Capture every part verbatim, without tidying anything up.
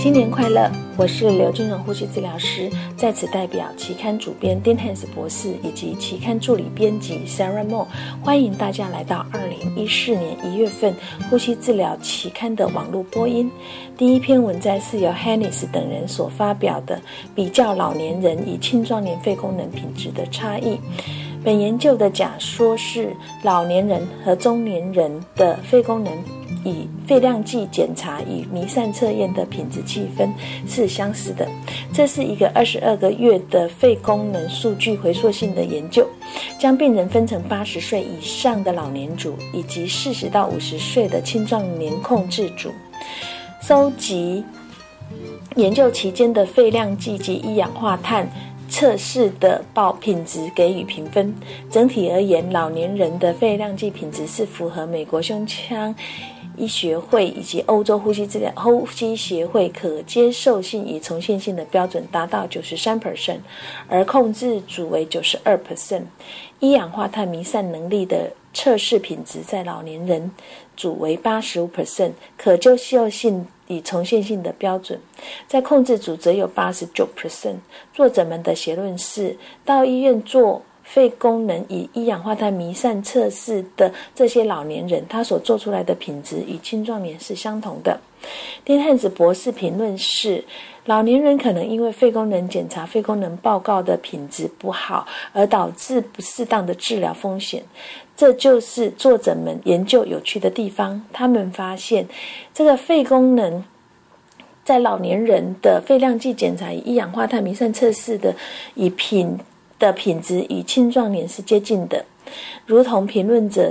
新年快乐！我是刘君荣呼吸治疗师，在此代表期刊主编 Dean Hens 博士以及期刊助理编辑 Sarah Moore， 欢迎大家来到二零一四年一月份呼吸治疗期刊的网络播音。第一篇文摘是由 Hannis 等人所发表的，比较老年人与青壮年肺功能品质的差异。本研究的假说是老年人和中年人的肺功能以肺量计检查与弥散测验的品质计分是相似的。这是一个二十二个月的肺功能数据回溯性的研究，将病人分成八十岁以上的老年组以及四十到五十岁的青壮年控制组，收集研究期间的肺量计及一氧化碳测试的报品质给予评分。整体而言，老年人的肺量计品质是符合美国胸腔医学会以及欧洲呼吸治疗呼吸协会可接受性与重现性的标准，达到 百分之九十三， 而控制组为 百分之九十二。 一氧化碳弥散能力的测试品质在老年人组为 百分之八十五， 可接受性与重现性的标准，在控制组则有 百分之八十九。 作者们的结论是，到医院做肺功能与一氧化碳弥散测试的这些老年人，他所做出来的品质与青壮年是相同的。丁汉子博士评论是，老年人可能因为肺功能检查、肺功能报告的品质不好，而导致不适当的治疗风险。这就是作者们研究有趣的地方。他们发现，这个肺功能在老年人的肺量计检查与一氧化碳弥散测试的以品的品质与青壮年是接近的，如同评论者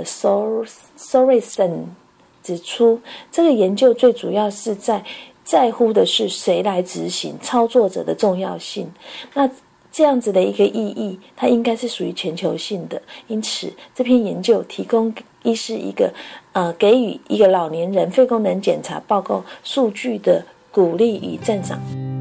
Sorensen 指出，这个研究最主要是在在乎的是谁来执行，操作者的重要性。那这样子的一个意义，它应该是属于全球性的。因此，这篇研究提供医师一个呃给予一个老年人肺功能检查报告数据的鼓励与赞赏。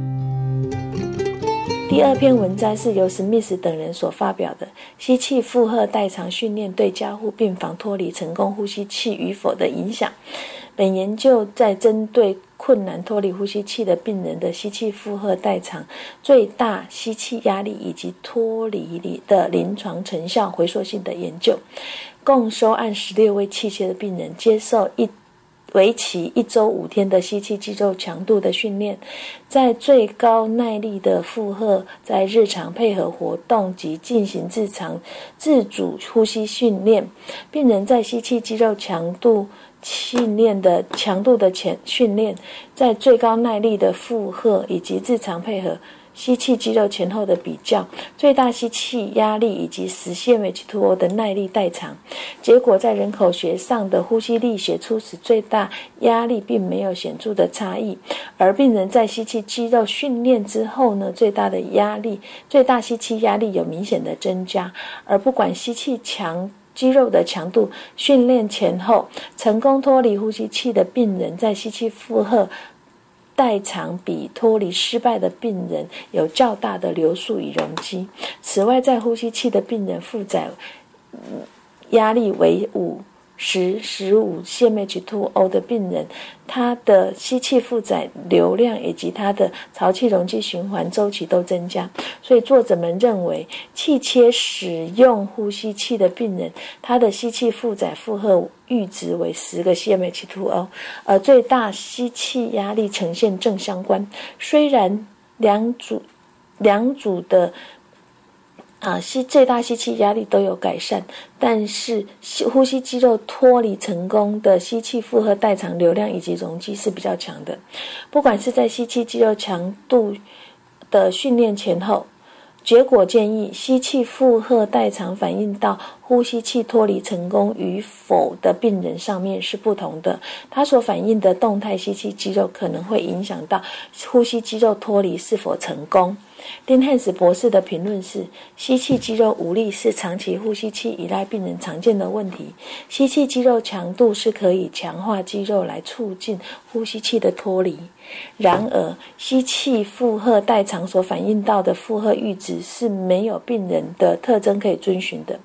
第二篇文摘是由史密斯等人所发表的，吸气负荷代偿训练对加护病房脱离成功呼吸器与否的影响。本研究在针对困难脱离呼吸器的病人的吸气负荷代偿、最大吸气压力以及脱离的临床成效回溯性的研究，共收案十六位器械的病人接受一为期一周五天的吸气肌肉强度的训练，在最高耐力的负荷，在日常配合活动及进行日常自主呼吸训练。病人在吸气肌肉强度训练的强度的前训练，在最高耐力的负荷以及日常配合吸气肌肉前后的比较，最大吸气压力以及十 C M H 二 O 的耐力代偿。结果在人口学上的呼吸力学初始最大压力并没有显著的差异，而病人在吸气肌肉训练之后呢，最大的压力最大吸气压力有明显的增加。而不管吸气强肌肉的强度训练前后，成功脱离呼吸器的病人在吸气负荷代偿比脱离失败的病人有较大的流速与容积。此外，在呼吸器的病人负载压力为五、十、十五 C M H 二 O 的病人，他的吸气负载流量以及他的潮气容积循环周期都增加。所以作者们认为，气切使用呼吸器的病人，他的吸气负载负荷阈值为十个 C M H 二 O， 而最大吸气压力呈现正相关。虽然两组两组的啊，吸最大吸气压力都有改善，但是呼吸肌肉脱离成功的吸气负荷代偿流量以及容积是比较强的。不管是在吸气肌肉强度的训练前后，结果建议吸气负荷代偿反映到呼吸器脱离成功与否的病人上面是不同的，它所反映的动态吸气肌肉可能会影响到呼吸肌肉脱离是否成功。丁汉斯博士的评论是，吸气肌肉无力是长期呼吸器依赖病人常见的问题，吸气肌肉强度是可以强化肌肉来促进呼吸器的脱离。然而，吸气负荷代偿所反映到的负荷阈值是没有病人的特征可以遵循的。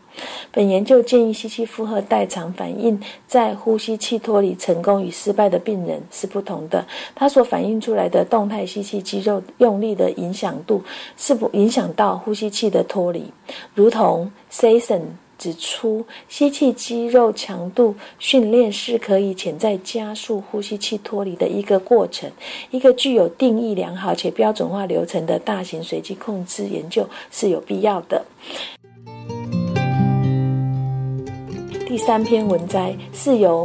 本研究建议吸气负荷代偿反映在呼吸器脱离成功与失败的病人是不同的，它所反映出来的动态吸气肌肉用力的影响度是不影响到呼吸器的脱离，如同 Sasson指出，吸气肌肉强度训练是可以潜在加速呼吸器脱离的一个过程。一个具有定义良好且标准化流程的大型随机控制研究是有必要的。第三篇文摘是由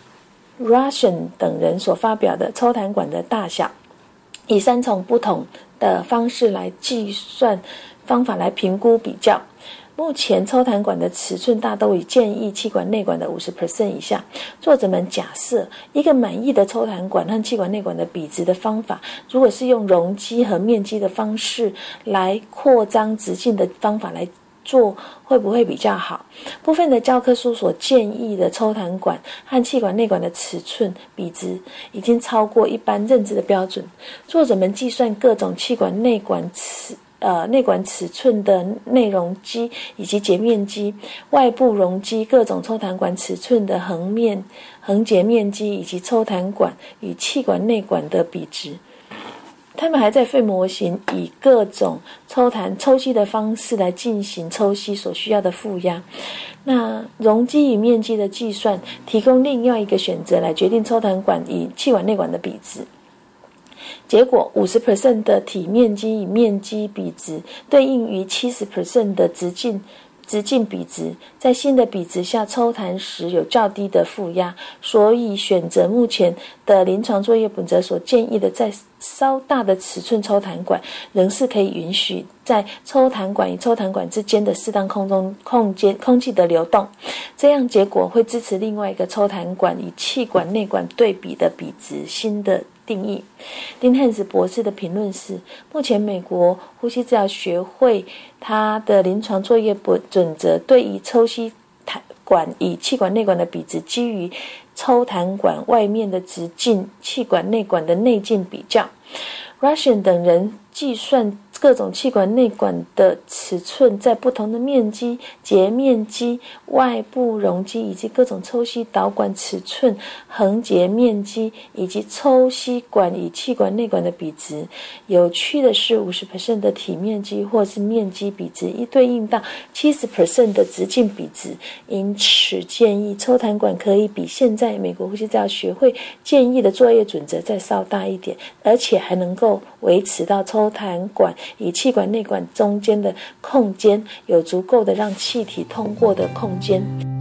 Russian 等人所发表的抽痰管的大小，以三种不同的方式来计算方法来评估比较。目前抽痰管的尺寸大都已建议气管内管的 百分之五十 以下。作者们假设一个满意的抽痰管和气管内管的比值的方法，如果是用容积和面积的方式来扩张直径的方法来做，会不会比较好？部分的教科书所建议的抽痰管和气管内管的尺寸比值已经超过一般认知的标准。作者们计算各种气管内管尺呃，内管尺寸的内容积以及截面积、外部容积、各种抽痰管尺寸的横面、横截面积以及抽痰管与气管内管的比值。他们还在废模型以各种抽痰抽吸的方式来进行抽吸所需要的负压。那容积与面积的计算提供另外一个选择来决定抽痰管与气管内管的比值。结果 百分之五十 的体面积与面积比值对应于 百分之七十 的直径直径比值，在新的比值下抽痰时有较低的负压，所以选择目前的临床作业本则所建议的在稍大的尺寸抽痰管，仍是可以允许在抽痰管与抽痰管之间的适当空中空间空气的流动。这样结果会支持另外一个抽痰管与气管内管对比的比值新的定义。丁汉斯博士的评论是，目前美国呼吸治疗学会它的临床作业准则对于抽吸管与气管内管的比值基于抽痰管外面的直径、气管内管的内径比较。Russian 等人计算各种气管内管的尺寸，在不同的面积、截面积、外部容积以及各种抽吸导管尺寸、横截面积以及抽吸管与气管内管的比值。有趣的是 百分之五十 的体面积或是面积比值一对应到 百分之七十 的直径比值，因此建议抽痰管可以比现在美国呼吸治疗学会建议的作业准则再稍大一点，而且还能够维持到抽痰管与气管内管中间的空间有足够的让气体通过的空间。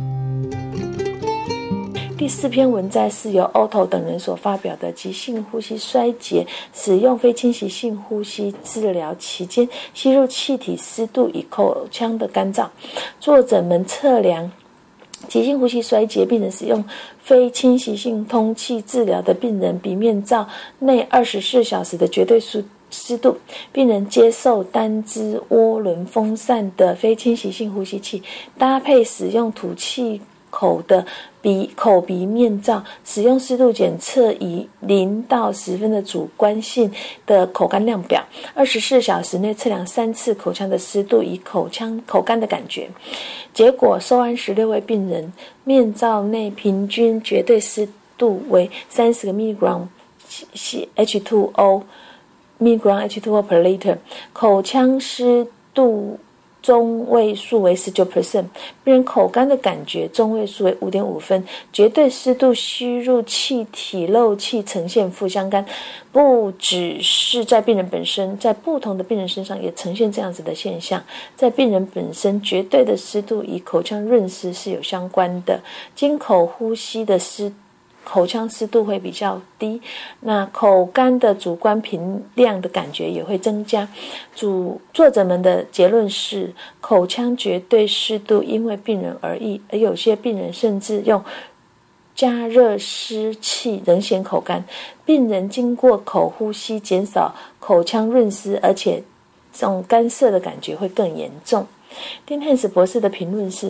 第四篇文摘是由 Otto 等人所发表的急性呼吸衰竭使用非侵袭性呼吸治疗期间吸入气体湿度与口腔的干燥。作者们测量急性呼吸衰竭病人使用非侵袭性通气治疗的病人比面罩内二十四小时的绝对湿湿度，病人接受单支涡轮风扇的非侵袭性呼吸器，搭配使用吐气口的鼻口鼻面罩，使用湿度检测以零到十分的主观性的口干量表，二十四小时内测量三次口腔的湿度以口腔口干的感觉。结果收安十六位病人，面罩内平均绝对湿度为三十个 milligram H 二 O milligram H 二 O per liter， 口腔湿度中位数为 百分之十九， 病人口干的感觉中位数为 五点五分，绝对湿度吸入气体漏气呈现负相干。不只是在病人本身，在不同的病人身上也呈现这样子的现象。在病人本身，绝对的湿度与口腔润湿是有相关的，经口呼吸的湿口腔湿度会比较低，那口干的主观频量的感觉也会增加。主作者们的结论是，口腔绝对湿度因为病人而异，而有些病人甚至用加热湿器仍显口干。病人经过口呼吸减少口腔润湿，而且这种干涩的感觉会更严重。丁汉斯博士的评论是，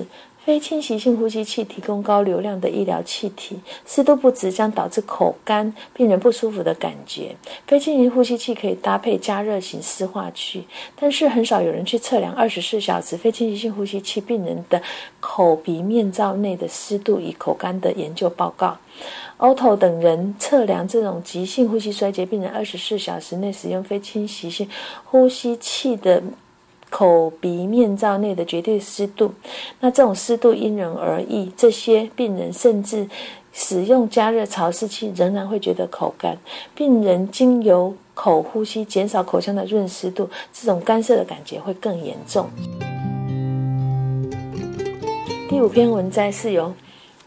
非侵袭性呼吸器提供高流量的医疗气体，湿度不足将导致口干，病人不舒服的感觉。非侵袭呼吸器可以搭配加热型湿化器，但是很少有人去测量二十四小时非侵袭性呼吸器病人的口鼻面罩内的湿度与口干的研究报告。Otto 等人测量这种急性呼吸衰竭病人二十四小时内使用非侵袭性呼吸器的口鼻面罩内的绝对湿度，那这种湿度因人而异，这些病人甚至使用加热潮湿器仍然会觉得口干。病人经由口呼吸减少口腔的润湿度，这种干涩的感觉会更严重。第五篇文摘是由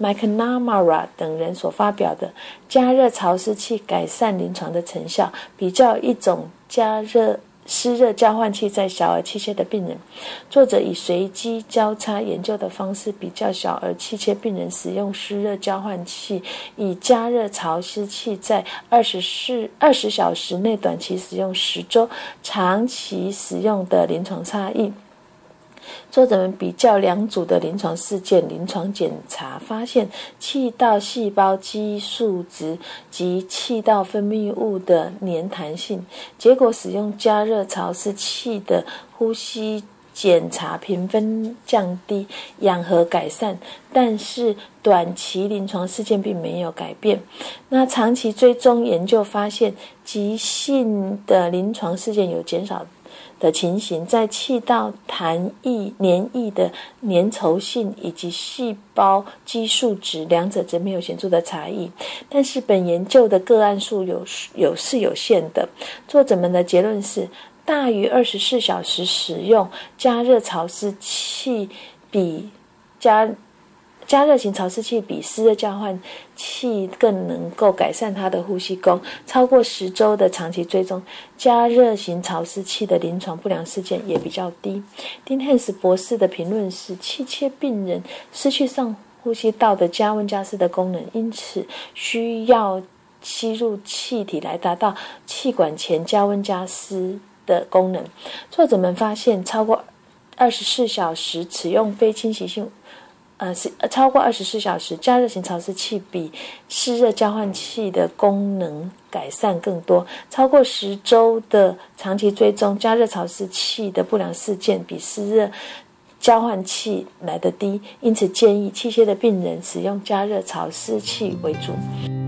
McNamara 等人所发表的加热潮湿器改善临床的成效，比较一种加热湿热交换器在小儿气切的病人。作者以随机交叉研究的方式比较小儿气切病人使用湿热交换器以加热潮湿器在二十四、二十小时内短期使用十周，长期使用的临床差异。作者们比较两组的临床事件，临床检查发现气道细胞基数值及气道分泌物的粘弹性，结果使用加热潮湿器的呼吸检查评分降低，氧合改善，但是短期临床事件并没有改变。那长期追踪研究发现，急性的临床事件有减少的情形，在气道痰液黏液的粘稠性以及细胞基数值，两者则没有显著的差异。但是本研究的个案数有有是有限的。作者们的结论是，大于二十四小时使用加热潮湿器比加加热型潮湿器比湿热交换器更能够改善他的呼吸功。超过十周的长期追踪，加热型潮湿器的临床不良事件也比较低。丁汉斯博士的评论是，气切病人失去上呼吸道的加温加湿的功能，因此需要吸入气体来达到气管前加温加湿的功能。作者们发现，超过二十四小时使用非侵袭性呃，超过二十四小时，加热型潮湿器比湿热交换器的功能改善更多。超过十周的长期追踪，加热潮湿器的不良事件比湿热交换器来得低，因此建议气切的病人使用加热潮湿器为主。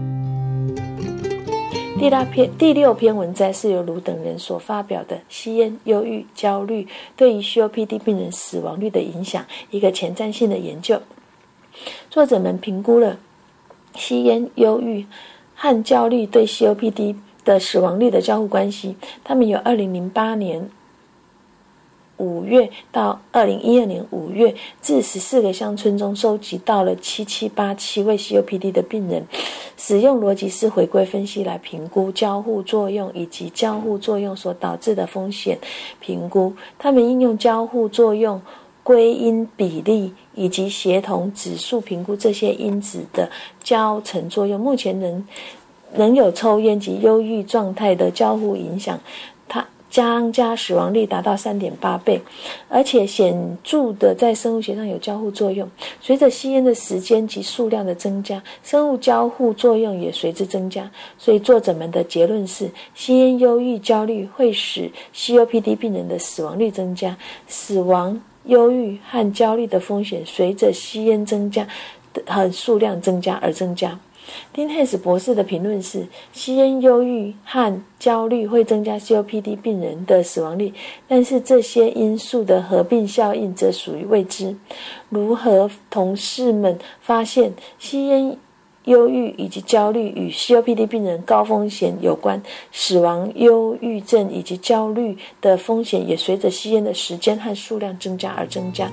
第六篇第六篇文摘是由卢等人所发表的吸烟、忧郁、焦虑对于 C O P D 病人死亡率的影响，一个前瞻性的研究。作者们评估了吸烟、忧郁和焦虑对 C O P D 的死亡率的交互关系。他们由二零零八年五月到二零一二年五月，自十四个乡村中收集到了七七八七位 C O P D 的病人，使用逻辑式回归分析来评估交互作用以及交互作用所导致的风险评估。他们应用交互作用归因比例以及协同指数评估这些因子的交乘作用。目前仍仍有抽烟及忧郁状态的交互影响，它增加死亡率达到 三点八倍，而且显著的在生物学上有交互作用。随着吸烟的时间及数量的增加，生物交互作用也随之增加。所以作者们的结论是，吸烟、忧郁、焦虑会使 C O P D 病人的死亡率增加，死亡、忧郁和焦虑的风险随着吸烟增加和数量增加而增加。丁汉斯博士的评论是，吸烟、忧郁和焦虑会增加 C O P D 病人的死亡率，但是这些因素的合并效应则属于未知。如和同事们发现，吸烟、忧郁以及焦虑与 C O P D 病人高风险有关，死亡、忧郁症以及焦虑的风险也随着吸烟的时间和数量增加而增加。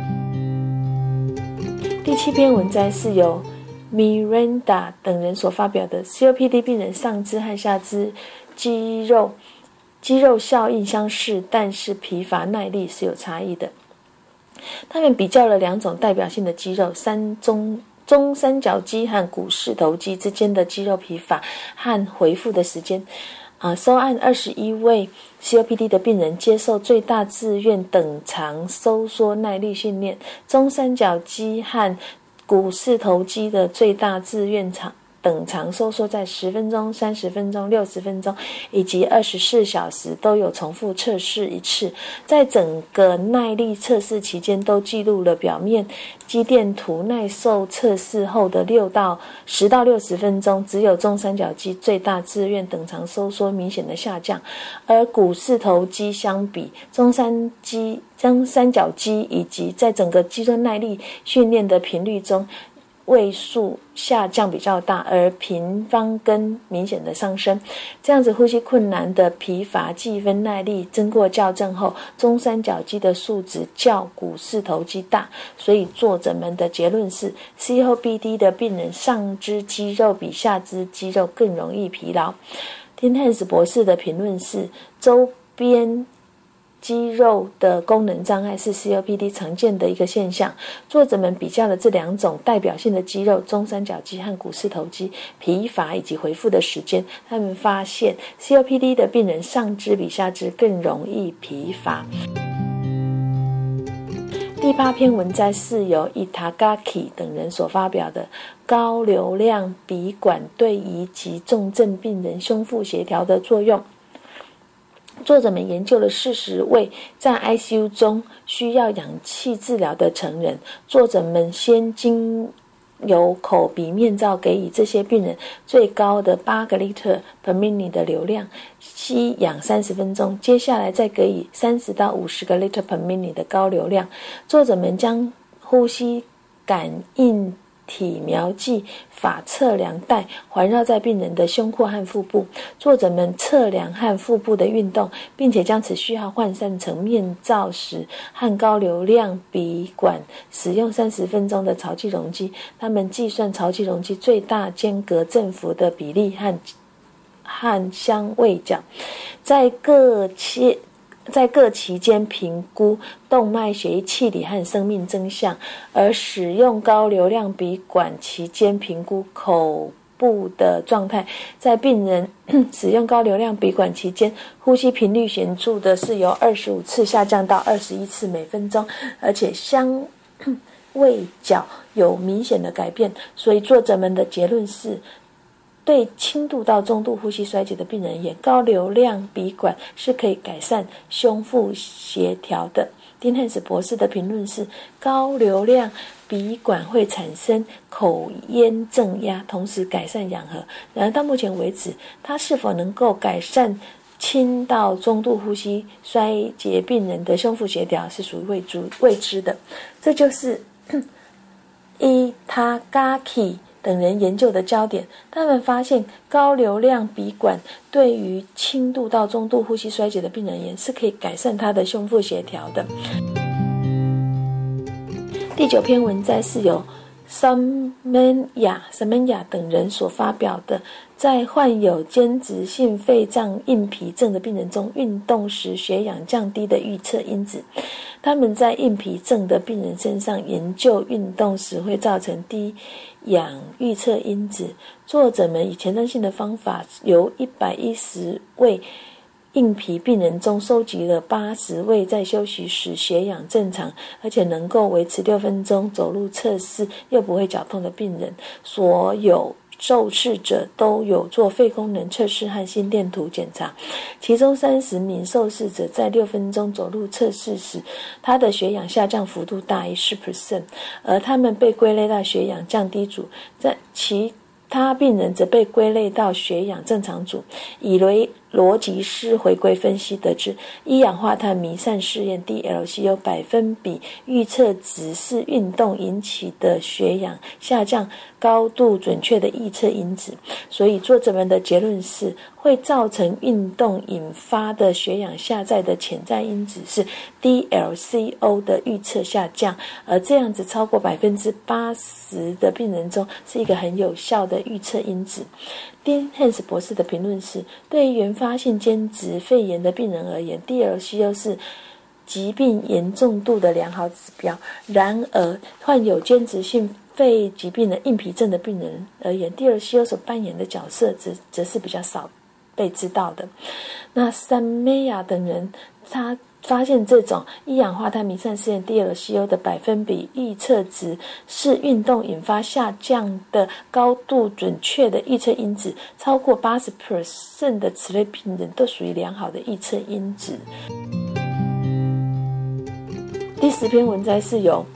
第七篇文摘是由Miranda 等人所发表的 C O P D 病人上肢和下肢肌肉肌肉效应相似，但是疲乏耐力是有差异的。他们比较了两种代表性的肌肉，三中中三角肌和股四头肌之间的肌肉疲乏和恢复的时间。 啊，收案二十一位 C O P D 的病人接受最大自愿等长收缩耐力训练，中三角肌和股四头肌的最大自愿长等长收缩在十分钟、三十分钟、六十分钟以及二十四小时都有重复测试一次。在整个耐力测试期间，都记录了表面肌电图耐受测试后的六到十到六十分钟，只有中三角肌最大自愿等长收缩明显的下降，而股四头肌相比中三肌、中三角肌以及在整个肌肉耐力训练的频率中，位数下降比较大，而平方根明显的上升。这样子呼吸困难的疲乏计分耐力经过校正后，中三角肌的数值较股四头肌大，所以作者们的结论是 C O P D 的病人上肢肌肉比下肢肌肉更容易疲劳。丁汉斯博士的评论是，周边肌肉的功能障碍是 C O P D 常见的一个现象。作者们比较了这两种代表性的肌肉中三角肌和股四头肌疲乏以及恢复的时间，他们发现 C O P D 的病人上肢比下肢更容易疲乏。第八篇文摘是由 Itagaki 等人所发表的高流量鼻管对移及重症病人胸腹协调的作用。作者们研究了四十位在 I C U 中需要氧气治疗的成人，作者们先经由口鼻面罩给予这些病人最高的八个 liter per minute 的流量，吸氧三十分钟，接下来再给予三十到五十个 liter per minute 的高流量。作者们将呼吸感应体瞄计法测量带环绕在病人的胸廓和腹部，作者们测量和腹部的运动，并且将此序号换算成面罩时和高流量鼻管使用三十分钟的潮气容积。他们计算潮气容积最大间隔振幅的比例和和相位角，在各切在各期间评估动脉血液气理和生命征象，而使用高流量鼻管期间评估口部的状态。在病人使用高流量鼻管期间，呼吸频率显著的是由二十五次下降到二十一次每分钟，而且相位角有明显的改变。所以作者们的结论是，对轻度到中度呼吸衰竭的病人而言，高流量鼻管是可以改善胸腹协调的。丁汉斯博士的评论是，高流量鼻管会产生口咽正压，同时改善氧合。然而到目前为止，它是否能够改善轻到中度呼吸衰竭病人的胸腹协调是属于未知未知的。这就是Itagaki等人研究的焦点，他们发现高流量鼻管对于轻度到中度呼吸衰竭的病人而言是可以改善他的胸腹协调的。第九篇文摘是由 Samanya 等人所发表的，在患有间质性肺脏硬皮症的病人中，运动时血氧降低的预测因子。他们在硬皮症的病人身上研究运动时会造成低氧预测因子。作者们以前瞻性的方法，由一百一十位硬皮病人中收集了八十位在休息时血氧正常，而且能够维持六分钟走路测试又不会绞痛的病人。所有受试者都有做肺功能测试和心电图检查，其中三十名受试者在六分钟走路测试时，他的血氧下降幅度大于 百分之十， 而他们被归类到血氧降低组，在其他病人则被归类到血氧正常组。以为罗吉斯回归分析得知，一氧化碳弥散试验 D L C 有百分比预测值是运动引起的血氧下降高度准确的预测因子。所以作者们的结论是，会造成运动引发的血氧下降的潜在因子是 D L C O 的预测下降，而这样子超过 百分之八十 的病人中是一个很有效的预测因子。丁汉斯博士的评论是，对于原发性间质肺炎的病人而言， D L C O 是疾病严重度的良好指标。然而患有间质性肺疾病的硬皮症的病人而言， D L C O 所扮演的角色则则是比较少被知道的。那三梅亚等人他发现这种一氧化碳弥散试验 D L C O 的百分比预测值是运动引发下降的高度准确的预测因子，超过 百分之八十 的此类病人都属于良好的预测因子。第十篇文摘是由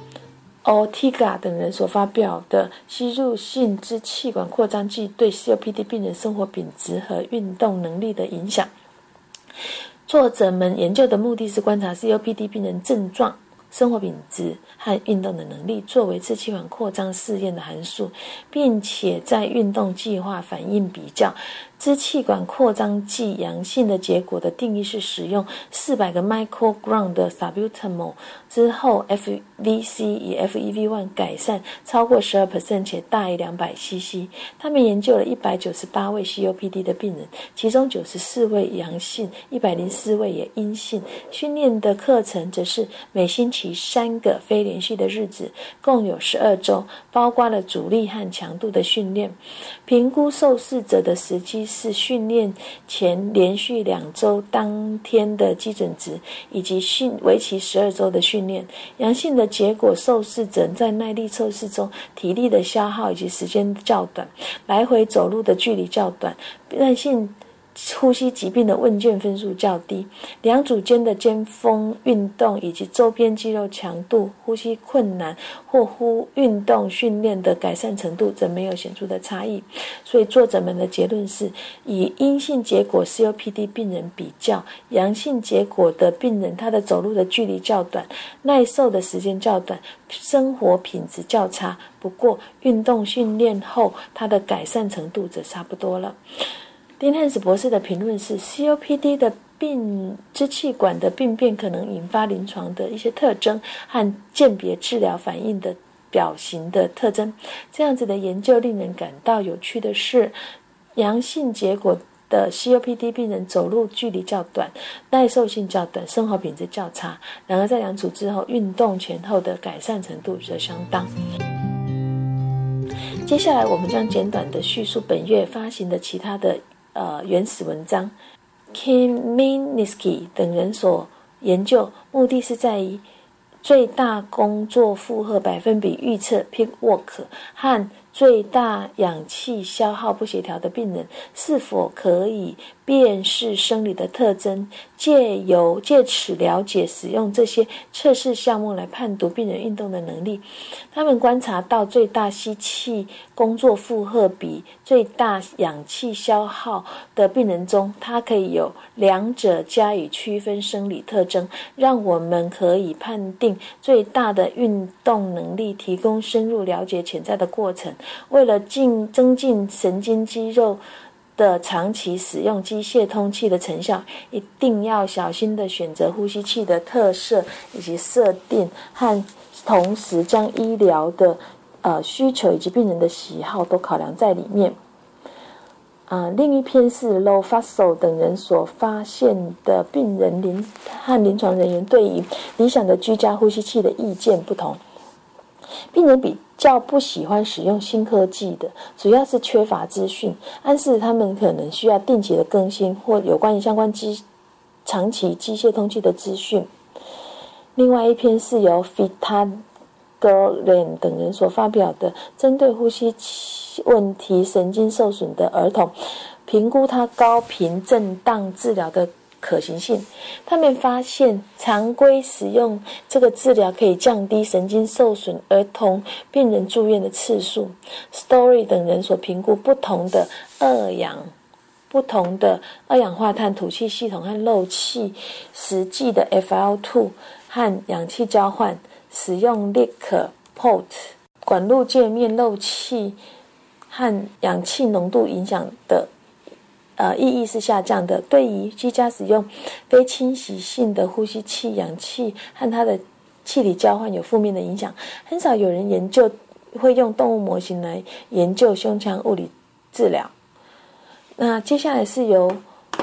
Ortega 等人所发表的吸入性支气管扩张剂对 C O P D 病人生活品质和运动能力的影响。作者们研究的目的是观察 C O P D 病人症状、生活品质和运动的能力作为支气管扩张试验的函数，并且在运动计划反应比较。支气管扩张剂阳性的结果的定义是使用四百个 microgram 的 salbutamol 之后 F V C 以 F E V 一 改善超过 百分之十二 且大于 两百 C C。 他们研究了一百九十八位 C O P D 的病人，其中九十四位阳性，一百零四位也阴性。训练的课程则是每星期三个非连续的日子，共有十二周，包括了阻力和强度的训练。评估受试者的时机是训练前连续两周当天的基准值，以及训为期十二周的训练。阳性的结果，受试者在耐力测试中体力的消耗以及时间较短，来回走路的距离较短，慢性呼吸疾病的问卷分数较低，两组间的尖峰运动以及周边肌肉强度、呼吸困难或呼运动训练的改善程度则没有显著的差异。所以作者们的结论是，以阴性结果 C O P D 病人比较，阳性结果的病人他的走路的距离较短，耐受的时间较短，生活品质较差，不过运动训练后他的改善程度则差不多了。丁汉斯博士的评论是 C O P D 的病支气管的病变可能引发临床的一些特征和鉴别治疗反应的表型的特征。这样子的研究令人感到有趣的是，阳性结果的 C O P D 病人走路距离较短，耐受性较短，生活品质较差。然而在两组之后，运动前后的改善程度则相当。接下来我们将简短的叙述本月发行的其他的呃原始文章。 Kaminsky 等人所研究，目的是在于最大工作负荷百分比预测 peak work 和最大氧气消耗不协调的病人是否可以辨识生理的特征，借由借此了解使用这些测试项目来判读病人运动的能力。他们观察到最大吸气工作负荷比最大氧气消耗的病人中，它可以有两者加以区分生理特征，让我们可以判定最大的运动能力，提供深入了解潜在的过程。为了进增进神经肌肉的长期使用机械通气的成效，一定要小心地选择呼吸器的特色以及设定，和同时将医疗的呃需求以及病人的喜好都考量在里面。呃、另一篇是 Lofaso 等人所发现的病人临和临床人员对于理想的居家呼吸器的意见不同。病人比较不喜欢使用新科技的，主要是缺乏资讯，暗示他们可能需要定期的更新或有关于相关机长期机械通气的资讯。另外一篇是由 Fitadgren 等人所发表的，针对呼吸问题神经受损的儿童，评估他高频震荡治疗的可行性。他们发现常规使用这个治疗可以降低神经受损儿童病人住院的次数。 Story 等人所评估不同的二氧不同的二氧化碳吐气系统和漏气实际的 F L 二 和氧气交换，使用 Lick Port 管路界面漏气和氧气浓度影响的呃，意义是下降的。对于居家使用非侵袭性的呼吸器，氧气和它的气体交换有负面的影响。很少有人研究会用动物模型来研究胸腔物理治疗。那接下来是由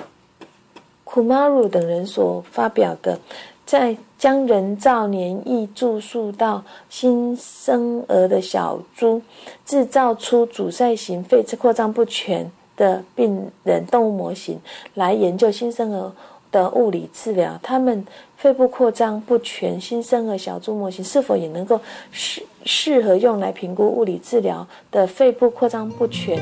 Kumaru 等人所发表的，在将人造黏液注入到新生儿的小猪，制造出阻塞型肺扩张不全的病人动物模型来研究新生儿的物理治疗，他们肺部扩张不全新生儿小猪模型是否也能够适适合用来评估物理治疗的肺部扩张不全。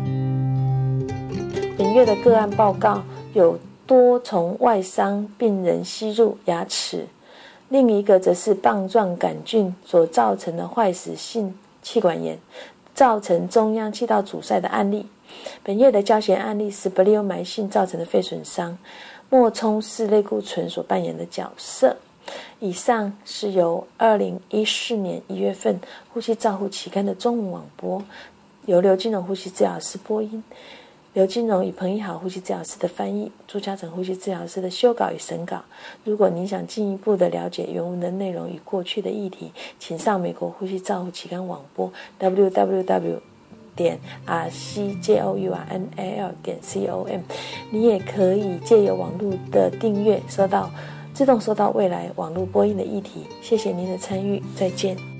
本月的个案报告有多重外伤病人吸入牙齿，另一个则是棒状杆菌所造成的坏死性气管炎，造成中央气道阻塞的案例。本月的教学案例是不利用霾性造成的肺损伤，脉冲式类固醇所扮演的角色。以上是由二零一四年一月份呼吸照护期刊的中文网播，由刘金荣呼吸治疗师播音，刘金荣与彭一豪呼吸治疗师的翻译，朱嘉诚呼吸治疗师的修稿与审稿。如果您想进一步的了解原文的内容与过去的议题，请上美国呼吸照护期刊网播 double-u double-u double-u 点 r c j o u r n a l 点 com。你也可以借由网络的订阅，收到自动收到未来网络播音的议题。谢谢您的参与，再见。